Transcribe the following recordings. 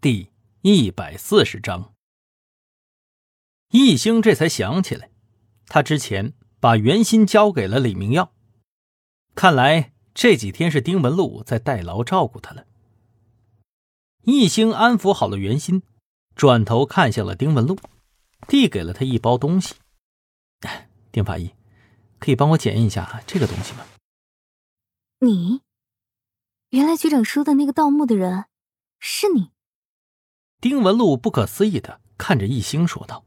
第140章。易兴这才想起来，他之前把袁心交给了李明耀，看来这几天是丁文璐在代劳照顾他了。易兴安抚好了袁心，转头看向了丁文璐，递给了他一包东西。丁法医，可以帮我检验一下这个东西吗？ 你？原来局长说的那个盗墓的人是你？ 丁文璐不可思议地看着易兴说道：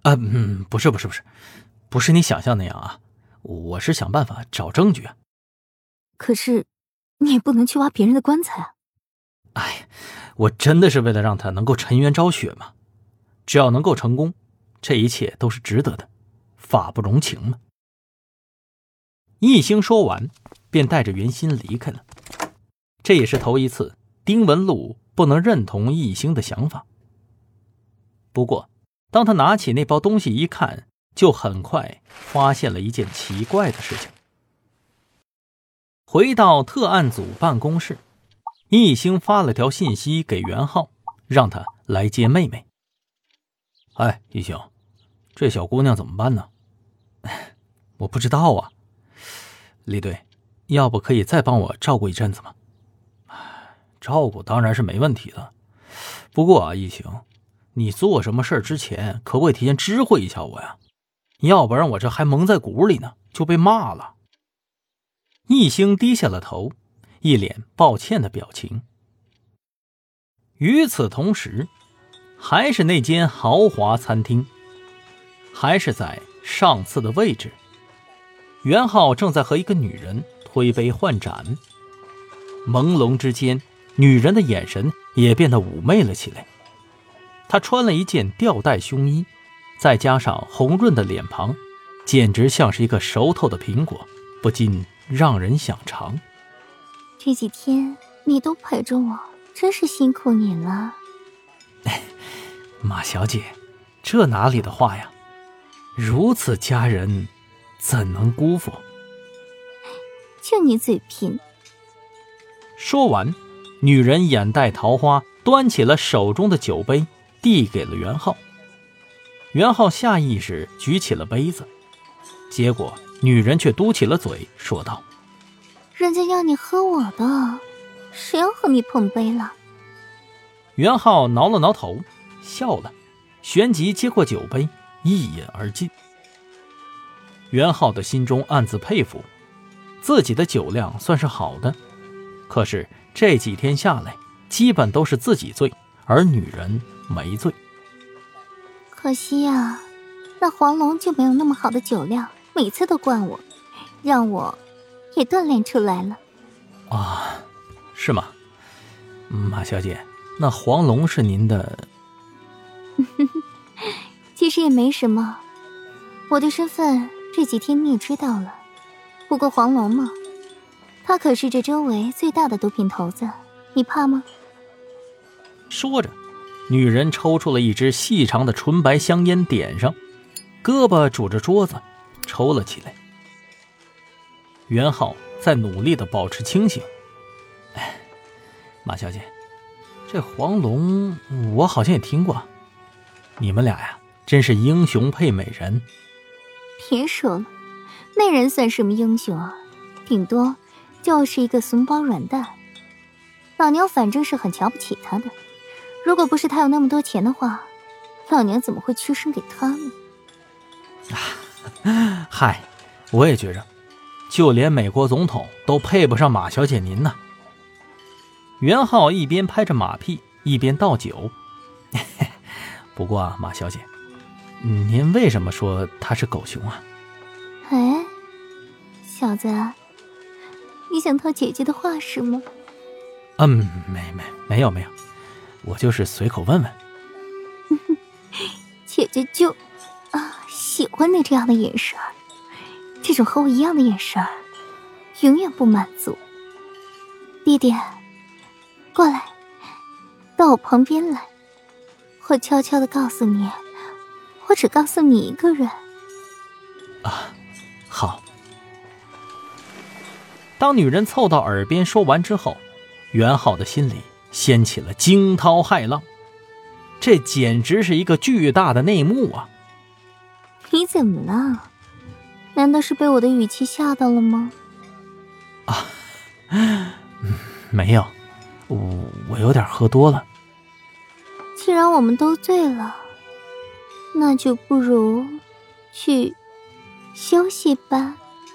不是你想象那样啊，我是想办法找证据啊。 可是你也不能去挖别人的棺材啊。 哎，我真的是为了让他能够沉冤昭雪嘛，只要能够成功，这一切都是值得的，法不容情嘛。易兴说完便带着袁心离开了。这也是头一次丁文璐不能认同易兴的想法。不过当他拿起那包东西一看，就很快发现了一件奇怪的事情。回到特案组办公室，易兴发了条信息给袁浩，让他来接妹妹。易兴，这小姑娘怎么办呢？我不知道啊。李队，要不可以再帮我照顾一阵子吗？照顾当然是没问题的，不过啊，易兴，你做什么事之前可不可以提前知会一下我呀？要不然我这还蒙在鼓里呢，就被骂了。易兴低下了头，一脸抱歉的表情。与此同时，还是那间豪华餐厅，还是在上次的位置。袁浩正在和一个女人推杯换盏，朦胧之间，女人的眼神也变得妩媚了起来。她穿了一件吊带胸衣，再加上红润的脸庞，简直像是一个熟透的苹果，不禁让人想尝。 这几天你都陪着我，真是辛苦你了。 马小姐，这哪里的话呀，如此佳人怎能辜负？ 就你嘴贫。 说完，女人眼带桃花，端起了手中的酒杯，递给了袁浩。袁浩下意识举起了杯子，结果女人却嘟起了嘴，说道： 人家要你喝我的，谁要和你碰杯了？ 袁浩挠了挠头，笑了，旋即接过酒杯，一饮而尽。袁浩的心中暗自佩服，自己的酒量算是好的，可是这几天下来，基本都是自己醉，而女人没醉。 可惜啊，那黄龙就没有那么好的酒量，每次都灌我，让我也锻炼出来了。 啊，是吗？马小姐，那黄龙是您的？ 其实也没什么，我的身份这几天你也知道了。不过黄龙嘛，他可是这周围最大的毒品头子，你怕吗？ 说着，女人抽出了一支细长的纯白香烟，点上，胳膊拄着桌子抽了起来。袁浩在努力地保持清醒。马小姐，这黄龙我好像也听过，你们俩呀，真是英雄配美人。 别说了，那人算什么英雄啊，顶多就是一个怂包软蛋。老娘反正是很瞧不起他的，如果不是他有那么多钱的话，老娘怎么会屈身给他呢？ 嗨，我也觉着，就连美国总统都配不上马小姐您呢。袁浩一边拍着马屁，一边倒酒。不过啊，马小姐，您为什么说他是狗熊啊？ 小子，你想套姐姐的话是吗？ 没有，我就是随口问问。 姐姐就喜欢你这样的眼神，这种和我一样的眼神，永远不满足。弟弟，过来，到我旁边来，我悄悄地告诉你，我只告诉你一个人。 好。当女人凑到耳边说完之后，袁浩的心里掀起了惊涛骇浪， 这简直是一个巨大的内幕啊！ 你怎么了？难道是被我的语气吓到了吗？ 没有，我有点喝多了。 既然我们都醉了，那就不如去休息吧。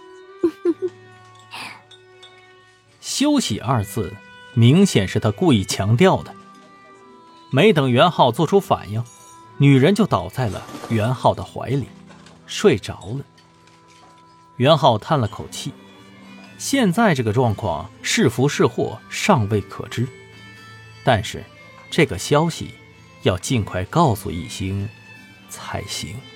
休息二字明显是他故意强调的。没等袁浩做出反应，女人就倒在了袁浩的怀里，睡着了。袁浩叹了口气，现在这个状况是福是祸尚未可知，但是这个消息要尽快告诉一星才行。